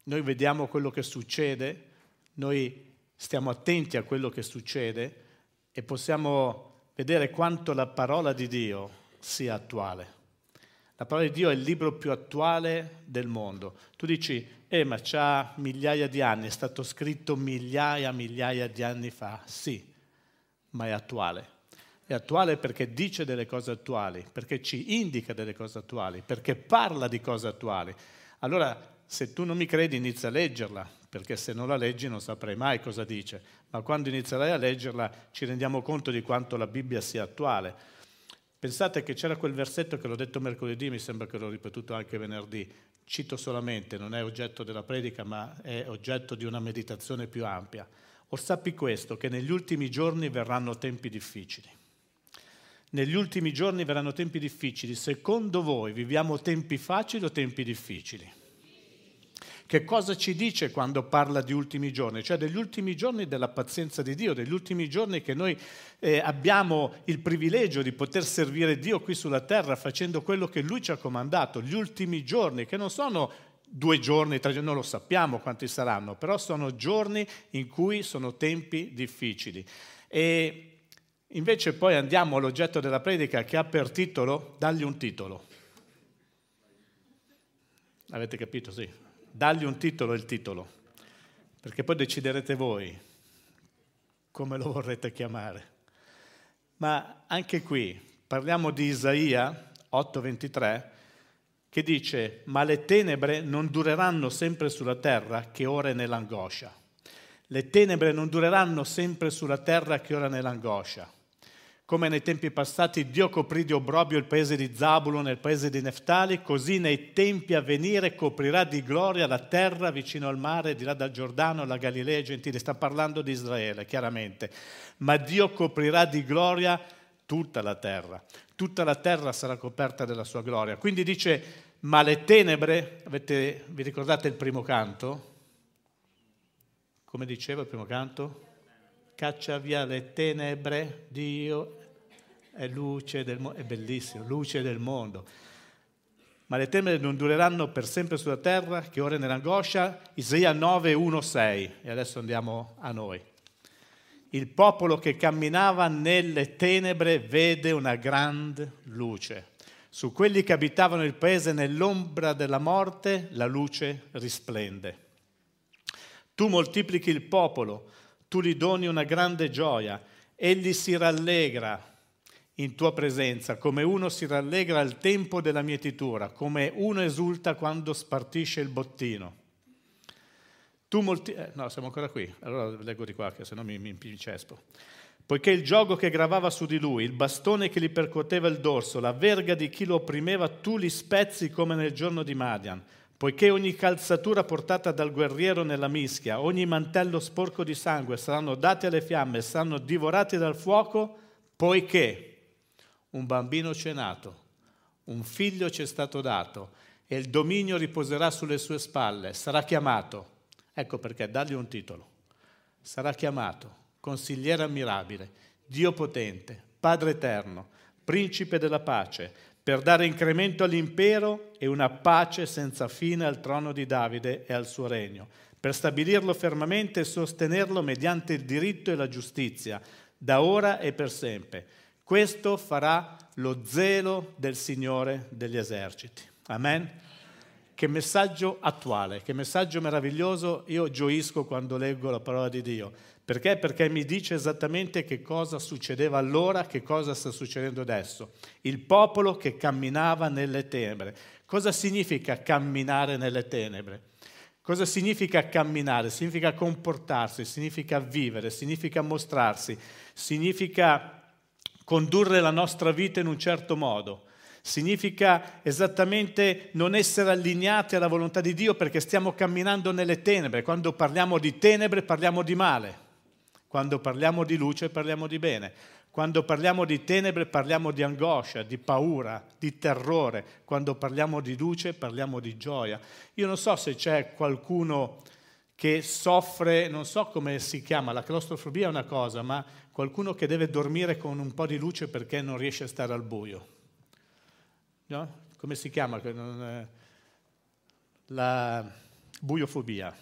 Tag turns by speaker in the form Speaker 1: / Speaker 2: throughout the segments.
Speaker 1: noi vediamo quello che succede, noi stiamo attenti a quello che succede e possiamo vedere quanto la parola di Dio sia attuale. La parola di Dio è il libro più attuale del mondo. Tu dici, ma c'ha migliaia di anni, è stato scritto migliaia di anni fa. Sì, ma è attuale. È attuale perché dice delle cose attuali, perché ci indica delle cose attuali, perché parla di cose attuali. Allora, se tu non mi credi, inizia a leggerla, perché se non la leggi non saprai mai cosa dice. Ma quando inizierai a leggerla ci rendiamo conto di quanto la Bibbia sia attuale. Pensate che c'era quel versetto che l'ho detto mercoledì, mi sembra che l'ho ripetuto anche venerdì. Cito solamente, non è oggetto della predica, ma è oggetto di una meditazione più ampia. Or sappi questo, che negli ultimi giorni verranno tempi difficili. Negli ultimi giorni verranno tempi difficili. Secondo voi viviamo tempi facili o tempi difficili? Che cosa ci dice quando parla di ultimi giorni? Cioè degli ultimi giorni della pazienza di Dio, degli ultimi giorni che noi abbiamo il privilegio di poter servire Dio qui sulla terra facendo quello che Lui ci ha comandato. Gli ultimi giorni, che non sono 2 giorni, 3 giorni, non lo sappiamo quanti saranno, però sono giorni in cui sono tempi difficili. E invece poi andiamo all'oggetto della predica che ha per titolo "Dagli un titolo". Avete capito? Sì. Dagli un titolo il titolo, perché poi deciderete voi come lo vorrete chiamare. Ma anche qui parliamo di Isaia 8:23 che dice: ma le tenebre non dureranno sempre sulla terra che ora è nell'angoscia. Le tenebre non dureranno sempre sulla terra che ora è nell'angoscia. Come nei tempi passati Dio coprì di obbrobio il paese di Zabulon e il paese di Neftali, così nei tempi a venire coprirà di gloria la terra vicino al mare, di là dal Giordano, la Galilea gentile. Sta parlando di Israele, chiaramente. Ma Dio coprirà di gloria tutta la terra. Tutta la terra sarà coperta della sua gloria. Quindi dice, ma le tenebre, vi ricordate il primo canto? Come diceva il primo canto? Caccia via le tenebre, Dio è luce del mondo, è bellissimo, luce del mondo. Ma le tenebre non dureranno per sempre sulla terra, che ora è nell'angoscia. Isaia 9:1-6, e adesso andiamo a noi. Il popolo che camminava nelle tenebre vede una grande luce. Su quelli che abitavano il paese nell'ombra della morte, la luce risplende. Tu moltiplichi il popolo, tu gli doni una grande gioia, egli si rallegra in tua presenza, come uno si rallegra al tempo della mietitura, come uno esulta quando spartisce il bottino. No, siamo ancora qui, allora leggo di qua, che se no mi incespo. Poiché il giogo che gravava su di lui, il bastone che gli percuoteva il dorso, la verga di chi lo opprimeva, tu li spezzi come nel giorno di Madian. Poiché ogni calzatura portata dal guerriero nella mischia, ogni mantello sporco di sangue saranno dati alle fiamme, saranno divorati dal fuoco, poiché un bambino ci è nato, un figlio ci è stato dato e il dominio riposerà sulle sue spalle, sarà chiamato, ecco perché, dagli un titolo, sarà chiamato Consigliere ammirabile, Dio potente, Padre eterno, Principe della pace, per dare incremento all'impero e una pace senza fine al trono di Davide e al suo regno, per stabilirlo fermamente e sostenerlo mediante il diritto e la giustizia, da ora e per sempre. Questo farà lo zelo del Signore degli eserciti. Amen? Che messaggio attuale, che messaggio meraviglioso. Io gioisco quando leggo la parola di Dio. Perché? Perché mi dice esattamente che cosa succedeva allora, che cosa sta succedendo adesso. Il popolo che camminava nelle tenebre. Cosa significa camminare nelle tenebre? Cosa significa camminare? Significa comportarsi, significa vivere, significa mostrarsi, significa condurre la nostra vita in un certo modo. Significa esattamente non essere allineati alla volontà di Dio perché stiamo camminando nelle tenebre. Quando parliamo di tenebre parliamo di male. Quando parliamo di luce parliamo di bene. Quando parliamo di tenebre parliamo di angoscia, di paura, di terrore. Quando parliamo di luce parliamo di gioia. Io non so se c'è qualcuno che soffre, non so come si chiama, la claustrofobia è una cosa, ma qualcuno che deve dormire con un po' di luce perché non riesce a stare al buio. No? Come si chiama? La buiofobia.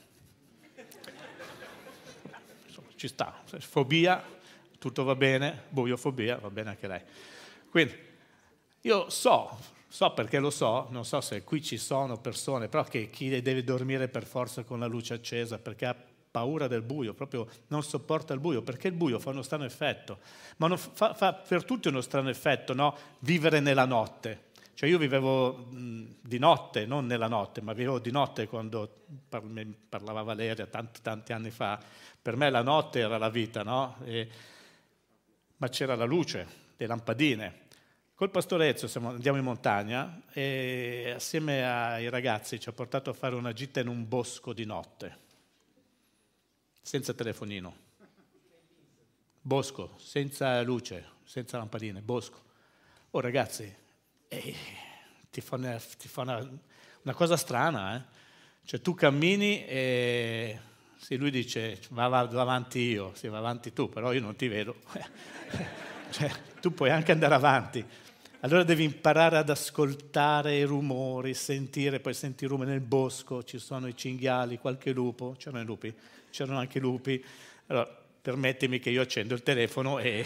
Speaker 1: Insomma, ci sta, fobia, tutto va bene, buiofobia, va bene anche lei. Quindi io so perché lo so, non so se qui ci sono persone, però che chi deve dormire per forza con la luce accesa perché ha paura del buio, proprio non sopporta il buio, perché il buio fa uno strano effetto, ma fa per tutti uno strano effetto, no? Vivere nella notte. Cioè io vivevo di notte, non nella notte, ma vivevo di notte quando parlava Valeria tanti anni fa. Per me la notte era la vita, no? Ma c'era la luce, le lampadine. Col pastore Ezio andiamo in montagna e assieme ai ragazzi ci ha portato a fare una gita in un bosco di notte, senza telefonino. Bosco, senza luce, senza lampadine, bosco. Oh ragazzi, ti fa una cosa strana, eh? Cioè tu cammini e sì, lui dice va avanti io, sì, va avanti tu, però io non ti vedo. Cioè, tu puoi anche andare avanti. Allora devi imparare ad ascoltare i rumori, sentire, poi senti i rumori nel bosco, ci sono i cinghiali, qualche lupo, c'erano i lupi, c'erano anche i lupi. Allora, permettimi che io accendo il telefono e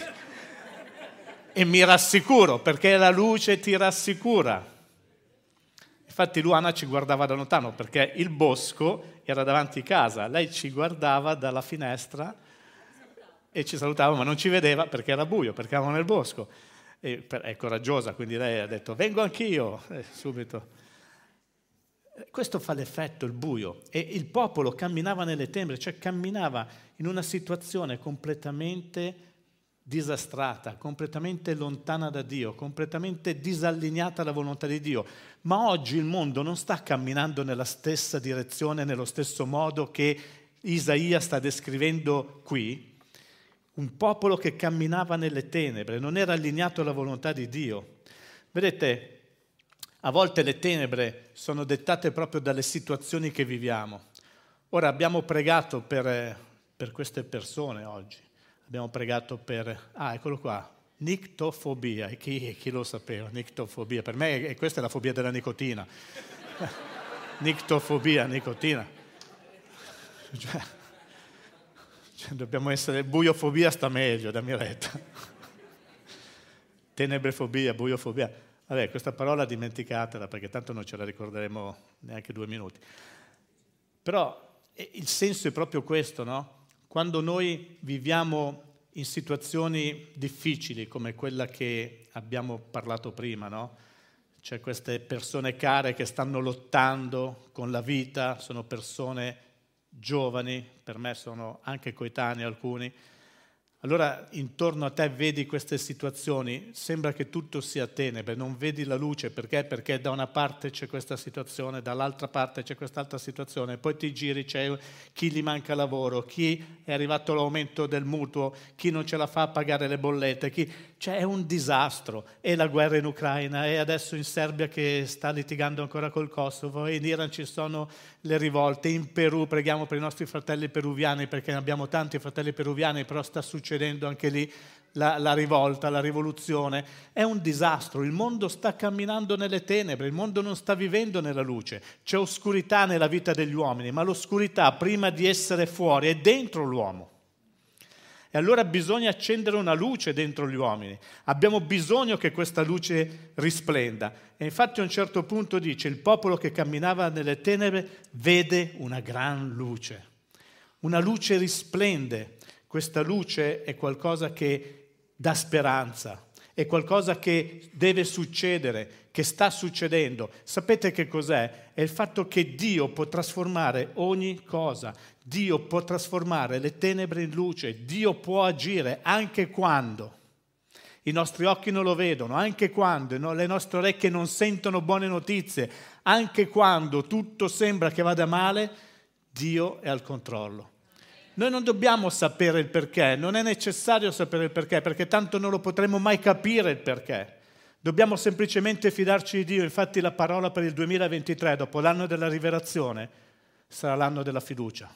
Speaker 1: mi rassicuro, perché la luce ti rassicura. Infatti Luana ci guardava da lontano, perché il bosco era davanti a casa, lei ci guardava dalla finestra e ci salutava, ma non ci vedeva perché era buio, perché eravamo nel bosco. È coraggiosa, quindi lei ha detto vengo anch'io, subito. Questo fa l'effetto, il buio, e il popolo camminava nelle tenebre, cioè camminava in una situazione completamente disastrata, completamente lontana da Dio, completamente disallineata alla volontà di Dio. Ma oggi il mondo non sta camminando nella stessa direzione, nello stesso modo che Isaia sta descrivendo qui. Un popolo che camminava nelle tenebre, non era allineato alla volontà di Dio. Vedete, a volte le tenebre sono dettate proprio dalle situazioni che viviamo. Ora abbiamo pregato per queste persone oggi. Abbiamo pregato per... eccolo qua, nictofobia. E chi lo sapeva? Nictofobia. Per me questa è la fobia della nicotina. Nictofobia, nicotina. Cioè, dobbiamo essere... Buiofobia sta meglio, dammi retta. Tenebrefobia, buiofobia. Vabbè, questa parola dimenticatela perché tanto non ce la ricorderemo neanche 2 minuti. Però il senso è proprio questo, no? Quando noi viviamo in situazioni difficili come quella che abbiamo parlato prima, no? C'è queste persone care che stanno lottando con la vita, sono persone giovani, per me sono anche coetanei alcuni. Allora intorno a te vedi queste situazioni, sembra che tutto sia tenebre, non vedi la luce, perché? Perché da una parte c'è questa situazione, dall'altra parte c'è quest'altra situazione, poi ti giri, c'è chi gli manca lavoro, chi è arrivato l'aumento del mutuo, chi non ce la fa a pagare le bollette, cioè è un disastro, e la guerra in Ucraina, e adesso in Serbia che sta litigando ancora col Kosovo, e in Iran ci sono le rivolte, in Perù preghiamo per i nostri fratelli peruviani perché ne abbiamo tanti fratelli peruviani, però sta succedendo anche lì la rivolta, la rivoluzione. È un disastro, il mondo sta camminando nelle tenebre, il mondo non sta vivendo nella luce, c'è oscurità nella vita degli uomini, ma l'oscurità prima di essere fuori è dentro l'uomo. E allora bisogna accendere una luce dentro gli uomini. Abbiamo bisogno che questa luce risplenda. E infatti a un certo punto dice, il popolo che camminava nelle tenebre vede una gran luce. Una luce risplende. Questa luce è qualcosa che dà speranza. È qualcosa che deve succedere, che sta succedendo. Sapete che cos'è? È il fatto che Dio può trasformare ogni cosa. Dio può trasformare le tenebre in luce. Dio può agire anche quando i nostri occhi non lo vedono, anche quando le nostre orecchie non sentono buone notizie, anche quando tutto sembra che vada male, Dio è al controllo. Noi non dobbiamo sapere il perché, non è necessario sapere il perché tanto non lo potremo mai capire il perché. Dobbiamo semplicemente fidarci di Dio. Infatti la parola per il 2023, dopo l'anno della rivelazione, sarà l'anno della fiducia.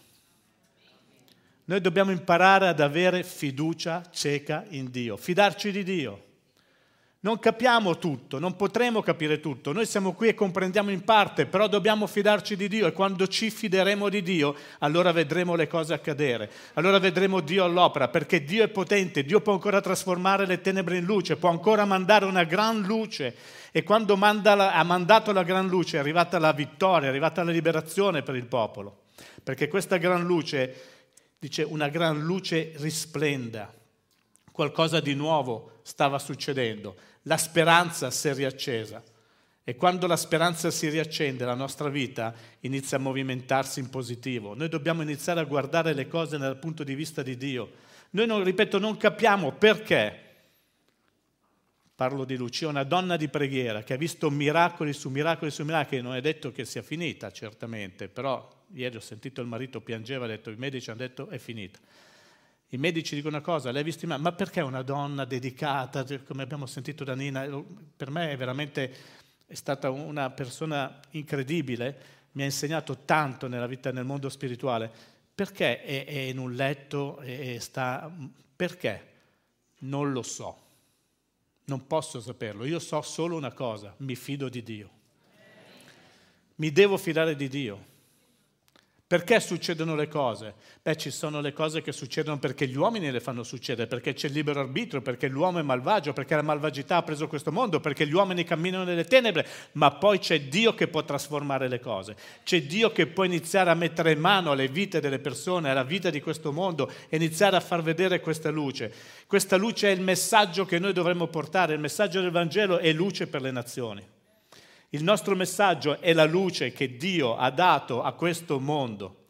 Speaker 1: Noi dobbiamo imparare ad avere fiducia cieca in Dio, fidarci di Dio. Non capiamo tutto, non potremo capire tutto. Noi siamo qui e comprendiamo in parte, però dobbiamo fidarci di Dio e quando ci fideremo di Dio, allora vedremo le cose accadere. Allora vedremo Dio all'opera, perché Dio è potente, Dio può ancora trasformare le tenebre in luce, può ancora mandare una gran luce. E quando ha mandato la gran luce è arrivata la vittoria, è arrivata la liberazione per il popolo. Perché questa gran luce, dice, una gran luce risplenda. Qualcosa di nuovo stava succedendo. La speranza si è riaccesa e quando la speranza si riaccende la nostra vita inizia a movimentarsi in positivo. Noi dobbiamo iniziare a guardare le cose dal punto di vista di Dio. Noi, non capiamo perché. Parlo di Lucia, una donna di preghiera che ha visto miracoli su miracoli su miracoli, non è detto che sia finita certamente, però ieri ho sentito il marito piangeva, ha detto, i medici hanno detto è finita. I medici dicono una cosa, lei ha visto ma perché una donna dedicata, come abbiamo sentito da Nina, per me è stata una persona incredibile, mi ha insegnato tanto nella vita, nel mondo spirituale. Perché è in un letto e sta... Perché? Non lo so, non posso saperlo, io so solo una cosa, mi fido di Dio. Mi devo fidare di Dio. Perché succedono le cose? Ci sono le cose che succedono perché gli uomini le fanno succedere, perché c'è il libero arbitrio, perché l'uomo è malvagio, perché la malvagità ha preso questo mondo, perché gli uomini camminano nelle tenebre, ma poi c'è Dio che può trasformare le cose. C'è Dio che può iniziare a mettere in mano alle vite delle persone, alla vita di questo mondo e iniziare a far vedere questa luce. Questa luce è il messaggio che noi dovremmo portare, il messaggio del Vangelo è luce per le nazioni. Il nostro messaggio è la luce che Dio ha dato a questo mondo.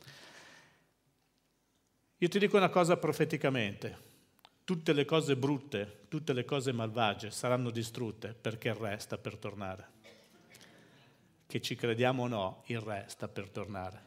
Speaker 1: Io ti dico una cosa profeticamente, tutte le cose brutte, tutte le cose malvagie saranno distrutte perché il re sta per tornare. Che ci crediamo o no, il re sta per tornare.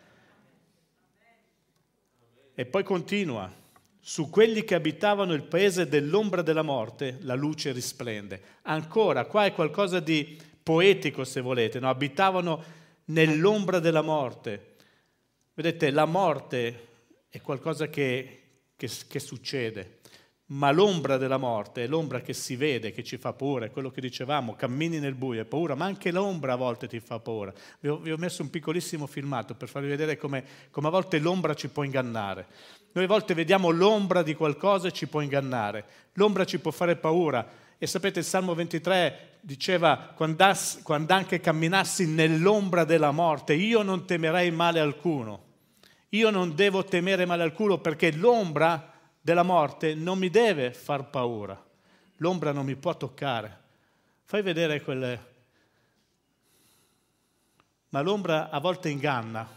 Speaker 1: E poi continua. Su quelli che abitavano il paese dell'ombra della morte, la luce risplende. Ancora, qua è qualcosa di poetico se volete, no? Abitavano nell'ombra della morte. Vedete, la morte è qualcosa che succede, ma l'ombra della morte è l'ombra che si vede, che ci fa paura, è quello che dicevamo, cammini nel buio, è paura, ma anche l'ombra a volte ti fa paura. Vi ho messo un piccolissimo filmato per farvi vedere come a volte l'ombra ci può ingannare. Noi a volte vediamo l'ombra di qualcosa e ci può ingannare, l'ombra ci può fare paura. E sapete, il Salmo 23 diceva, quando anche camminassi nell'ombra della morte, io non temerei male alcuno. Io non devo temere male alcuno perché l'ombra della morte non mi deve far paura. L'ombra non mi può toccare. Fai vedere quelle... Ma l'ombra a volte inganna.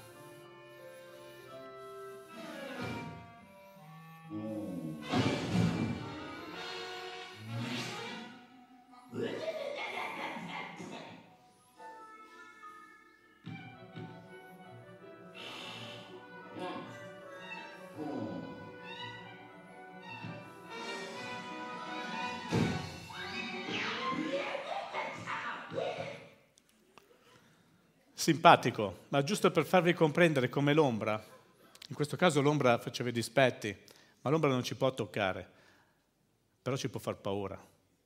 Speaker 1: Simpatico, ma giusto per farvi comprendere come l'ombra, in questo caso l'ombra faceva i dispetti, ma l'ombra non ci può toccare, però ci può far paura.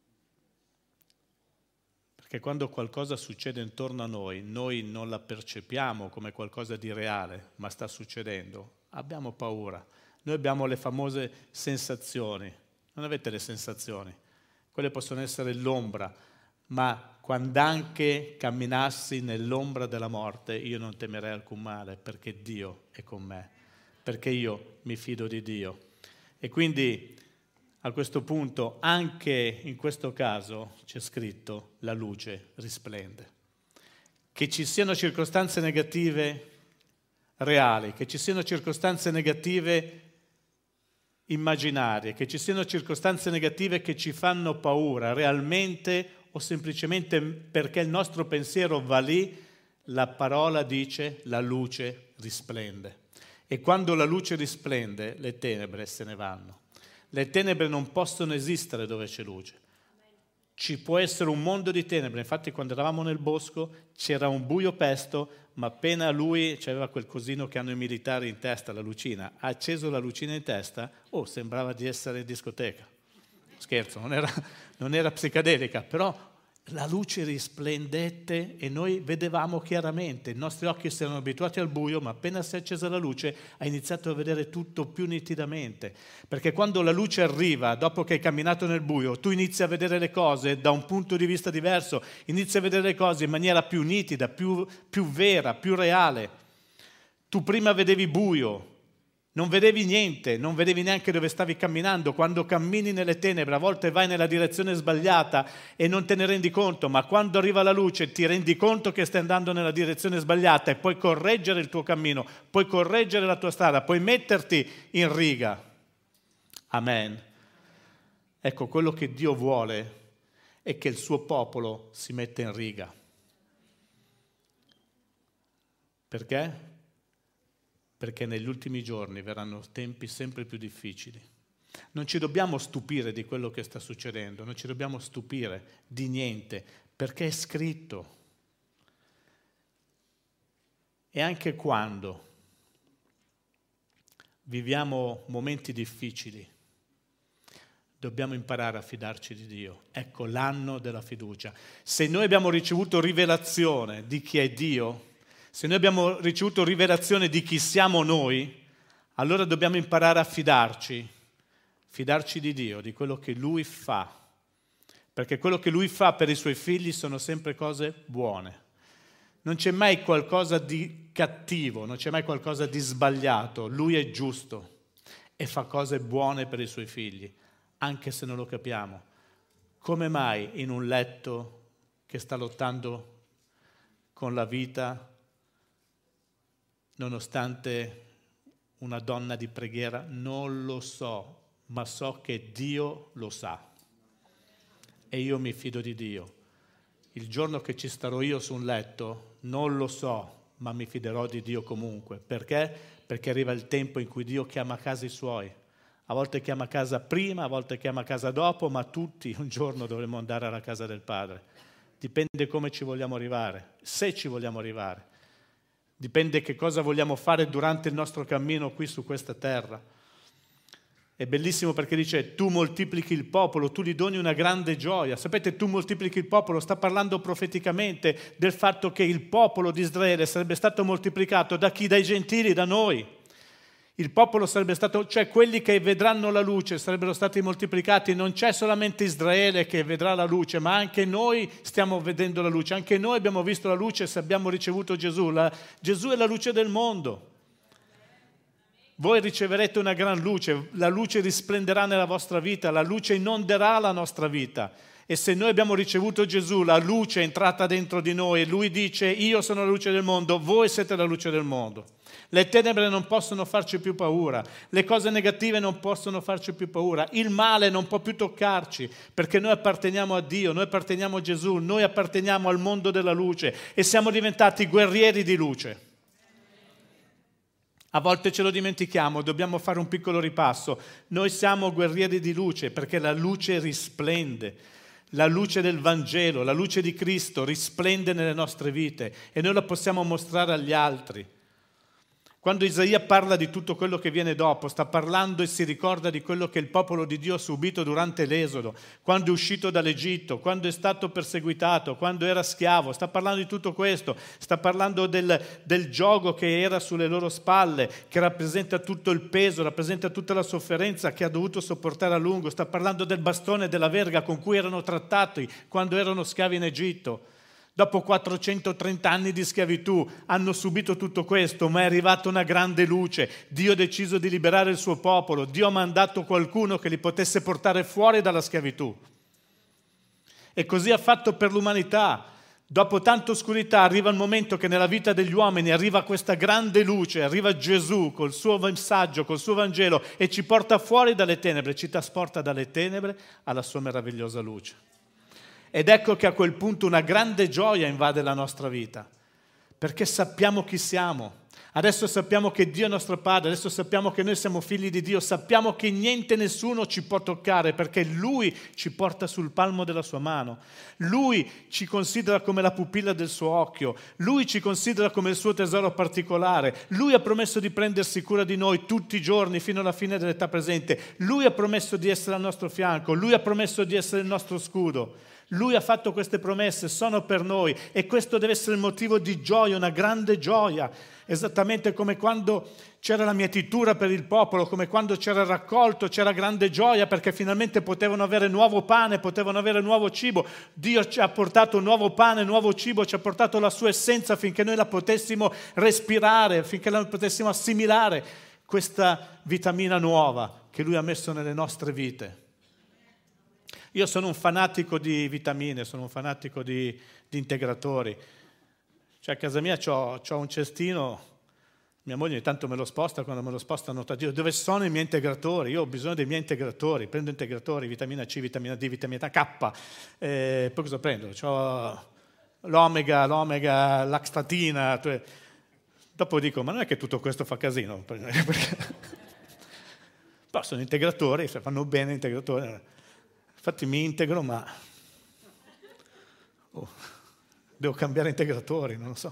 Speaker 1: Perché quando qualcosa succede intorno a noi non la percepiamo come qualcosa di reale, ma sta succedendo, abbiamo paura. Noi abbiamo le famose sensazioni, non avete le sensazioni, quelle possono essere l'ombra, ma quando anche camminassi nell'ombra della morte io non temerei alcun male perché Dio è con me, perché io mi fido di Dio. E quindi a questo punto anche in questo caso c'è scritto la luce risplende. Che ci siano circostanze negative reali, che ci siano circostanze negative immaginarie, che ci siano circostanze negative che ci fanno paura realmente o semplicemente perché il nostro pensiero va lì, la parola dice la luce risplende. E quando la luce risplende, le tenebre se ne vanno. Le tenebre non possono esistere dove c'è luce. Ci può essere un mondo di tenebre. Infatti quando eravamo nel bosco c'era un buio pesto, ma appena lui aveva quel cosino che hanno i militari in testa, la lucina, ha acceso la lucina in testa, sembrava di essere in discoteca. Scherzo, non era psichedelica, però la luce risplendette e noi vedevamo chiaramente. I nostri occhi si erano abituati al buio, ma appena si è accesa la luce ha iniziato a vedere tutto più nitidamente. Perché quando la luce arriva, dopo che hai camminato nel buio, tu inizi a vedere le cose da un punto di vista diverso, inizi a vedere le cose in maniera più nitida, più vera, più reale. Tu prima vedevi buio, non vedevi niente, non vedevi neanche dove stavi camminando. Quando cammini nelle tenebre, a volte vai nella direzione sbagliata e non te ne rendi conto, ma quando arriva la luce ti rendi conto che stai andando nella direzione sbagliata e puoi correggere il tuo cammino, puoi correggere la tua strada, puoi metterti in riga. Amen. Ecco, quello che Dio vuole è che il suo popolo si metta in riga. Perché? Perché negli ultimi giorni verranno tempi sempre più difficili. Non ci dobbiamo stupire di quello che sta succedendo, non ci dobbiamo stupire di niente, perché è scritto. E anche quando viviamo momenti difficili, dobbiamo imparare a fidarci di Dio. Ecco l'anno della fiducia. Se noi abbiamo ricevuto rivelazione di chi è Dio, se noi abbiamo ricevuto rivelazione di chi siamo noi, allora dobbiamo imparare a fidarci di Dio, di quello che Lui fa. Perché quello che Lui fa per i Suoi figli sono sempre cose buone. Non c'è mai qualcosa di cattivo, non c'è mai qualcosa di sbagliato. Lui è giusto e fa cose buone per i Suoi figli, anche se non lo capiamo. Come mai in un letto che sta lottando con la vita, nonostante una donna di preghiera? Non lo so, ma so che Dio lo sa. E io mi fido di Dio. Il giorno che ci starò io su un letto, non lo so, ma mi fiderò di Dio comunque. Perché? Perché arriva il tempo in cui Dio chiama a casa i Suoi. A volte chiama a casa prima, a volte chiama a casa dopo, ma tutti un giorno dovremo andare alla casa del Padre. Dipende come ci vogliamo arrivare, se ci vogliamo arrivare. Dipende che cosa vogliamo fare durante il nostro cammino qui su questa terra. È bellissimo perché dice: tu moltiplichi il popolo, tu gli doni una grande gioia. Sapete, tu moltiplichi il popolo, sta parlando profeticamente del fatto che il popolo di Israele sarebbe stato moltiplicato da chi? Dai gentili, da noi. Il popolo sarebbe stato, cioè quelli che vedranno la luce sarebbero stati moltiplicati. Non c'è solamente Israele che vedrà la luce, ma anche noi stiamo vedendo la luce. Anche noi abbiamo visto la luce se abbiamo ricevuto Gesù. Gesù è la luce del mondo. Voi riceverete una gran luce, la luce risplenderà nella vostra vita, la luce inonderà la nostra vita. E se noi abbiamo ricevuto Gesù, la luce è entrata dentro di noi e Lui dice: io sono la luce del mondo, voi siete la luce del mondo. Le tenebre non possono farci più paura, le cose negative non possono farci più paura, il male non può più toccarci, perché noi apparteniamo a Dio, noi apparteniamo a Gesù, noi apparteniamo al mondo della luce e siamo diventati guerrieri di luce. A volte ce lo dimentichiamo, dobbiamo fare un piccolo ripasso. Noi siamo guerrieri di luce perché la luce risplende. La luce del Vangelo, la luce di Cristo risplende nelle nostre vite e noi la possiamo mostrare agli altri. Quando Isaia parla di tutto quello che viene dopo, sta parlando e si ricorda di quello che il popolo di Dio ha subito durante l'Esodo, quando è uscito dall'Egitto, quando è stato perseguitato, quando era schiavo. Sta parlando di tutto questo, sta parlando del giogo che era sulle loro spalle, che rappresenta tutto il peso, rappresenta tutta la sofferenza che ha dovuto sopportare a lungo. Sta parlando del bastone e della verga con cui erano trattati quando erano schiavi in Egitto. Dopo 430 anni di schiavitù hanno subito tutto questo, ma è arrivata una grande luce. Dio ha deciso di liberare il suo popolo. Dio ha mandato qualcuno che li potesse portare fuori dalla schiavitù. E così ha fatto per l'umanità. Dopo tanta oscurità arriva il momento che nella vita degli uomini arriva questa grande luce, arriva Gesù col suo messaggio, col suo Vangelo e ci porta fuori dalle tenebre, ci trasporta dalle tenebre alla sua meravigliosa luce. Ed ecco che a quel punto una grande gioia invade la nostra vita, perché sappiamo chi siamo, Adesso sappiamo che Dio è nostro Padre, adesso sappiamo che noi siamo figli di Dio, sappiamo che niente, nessuno ci può toccare perché Lui ci porta sul palmo della sua mano. Lui ci considera come la pupilla del suo occhio, Lui ci considera come il suo tesoro particolare. Lui ha promesso di prendersi cura di noi tutti i giorni fino alla fine dell'età presente. Lui ha promesso di essere al nostro fianco, Lui ha promesso di essere il nostro scudo. Lui ha fatto queste promesse, sono per noi e questo deve essere il motivo di gioia, una grande gioia, esattamente come quando c'era la mietitura per il popolo, come quando c'era il raccolto, c'era grande gioia perché finalmente potevano avere nuovo pane, potevano avere nuovo cibo. Dio ci ha portato nuovo pane, nuovo cibo, ci ha portato la sua essenza affinché noi la potessimo respirare, affinché la potessimo assimilare, questa vitamina nuova che Lui ha messo nelle nostre vite. Io sono un fanatico di vitamine, sono un fanatico di integratori. Cioè a casa mia c'ho un cestino, mia moglie ogni tanto me lo sposta, quando me lo sposta nota dove sono i miei integratori? Io ho bisogno dei miei integratori, prendo integratori, vitamina C, vitamina D, vitamina K, poi cosa prendo? C'ho l'omega, l'axtatina, dopo dico, ma non è che tutto questo fa casino? Perché... Però sono integratori, fanno bene integratori. Infatti mi integro, ma devo cambiare integratori, non lo so.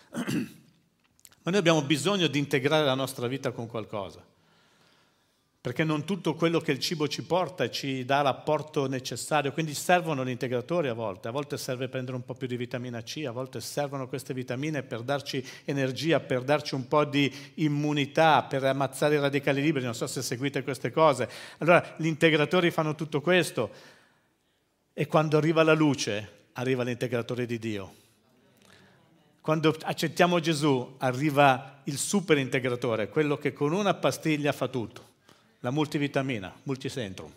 Speaker 1: Ma noi abbiamo bisogno di integrare la nostra vita con qualcosa, perché non tutto quello che il cibo ci porta ci dà l'apporto necessario, quindi servono gli integratori a volte serve prendere un po' più di vitamina C, a volte servono queste vitamine per darci energia, per darci un po' di immunità, per ammazzare i radicali liberi, non so se seguite queste cose. Allora gli integratori fanno tutto questo e quando arriva la luce arriva l'integratore di Dio. Quando accettiamo Gesù arriva il super integratore, quello che con una pastiglia fa tutto. La multivitamina, multicentrum,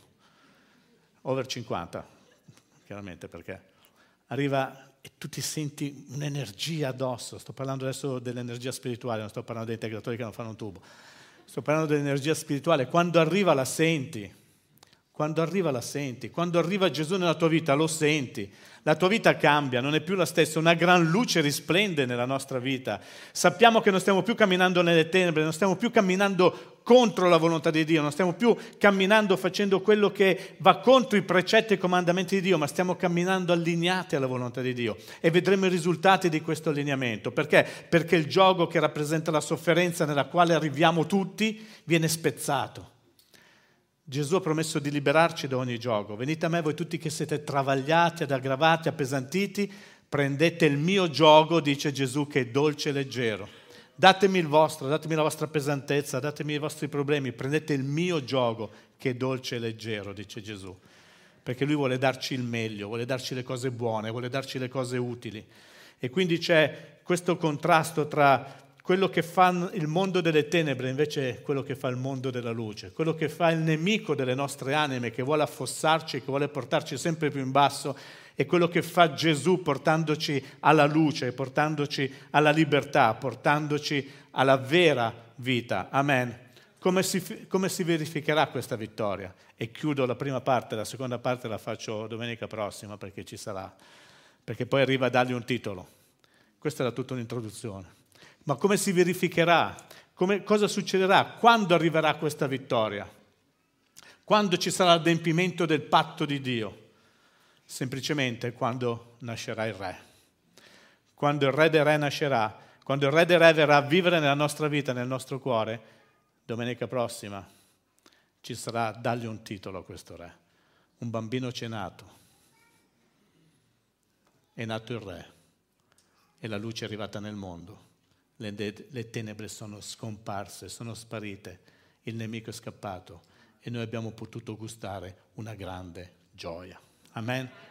Speaker 1: over 50, chiaramente perché arriva e tu ti senti un'energia addosso. Sto parlando adesso dell'energia spirituale, non sto parlando dei integratori che non fanno un tubo. Sto parlando dell'energia spirituale. Quando arriva la senti. Quando arriva Gesù nella tua vita lo senti, la tua vita cambia, non è più la stessa, una gran luce risplende nella nostra vita. Sappiamo che non stiamo più camminando nelle tenebre, non stiamo più camminando contro la volontà di Dio, non stiamo più camminando facendo quello che va contro i precetti e i comandamenti di Dio, ma stiamo camminando allineati alla volontà di Dio e vedremo i risultati di questo allineamento. Perché? Perché il giogo che rappresenta la sofferenza nella quale arriviamo tutti viene spezzato. Gesù ha promesso di liberarci da ogni gioco. Venite a me voi tutti che siete travagliati, ed aggravati, appesantiti, prendete il mio giogo, dice Gesù, che è dolce e leggero. Datemi il vostro, datemi la vostra pesantezza, datemi i vostri problemi, prendete il mio giogo che è dolce e leggero, dice Gesù. Perché Lui vuole darci il meglio, vuole darci le cose buone, vuole darci le cose utili. E quindi c'è questo contrasto tra quello che fa il mondo delle tenebre invece quello che fa il mondo della luce, quello che fa il nemico delle nostre anime, che vuole affossarci, che vuole portarci sempre più in basso, e quello che fa Gesù portandoci alla luce, portandoci alla libertà, portandoci alla vera vita. Amen. Come si verificherà questa vittoria? E chiudo la prima parte, la seconda parte la faccio domenica prossima perché ci sarà, perché poi arriva a dargli un titolo. Questa era tutta un'introduzione. Ma come si verificherà? Cosa succederà? Quando arriverà questa vittoria? Quando ci sarà l'adempimento del patto di Dio? Semplicemente quando nascerà il Re. Quando il Re dei Re nascerà, quando il Re dei Re verrà a vivere nella nostra vita, nel nostro cuore, domenica prossima ci sarà dargli un titolo a questo Re. Un bambino c'è nato. È nato il Re e la luce è arrivata nel mondo. Le tenebre sono scomparse, sono sparite, il nemico è scappato e noi abbiamo potuto gustare una grande gioia. Amen.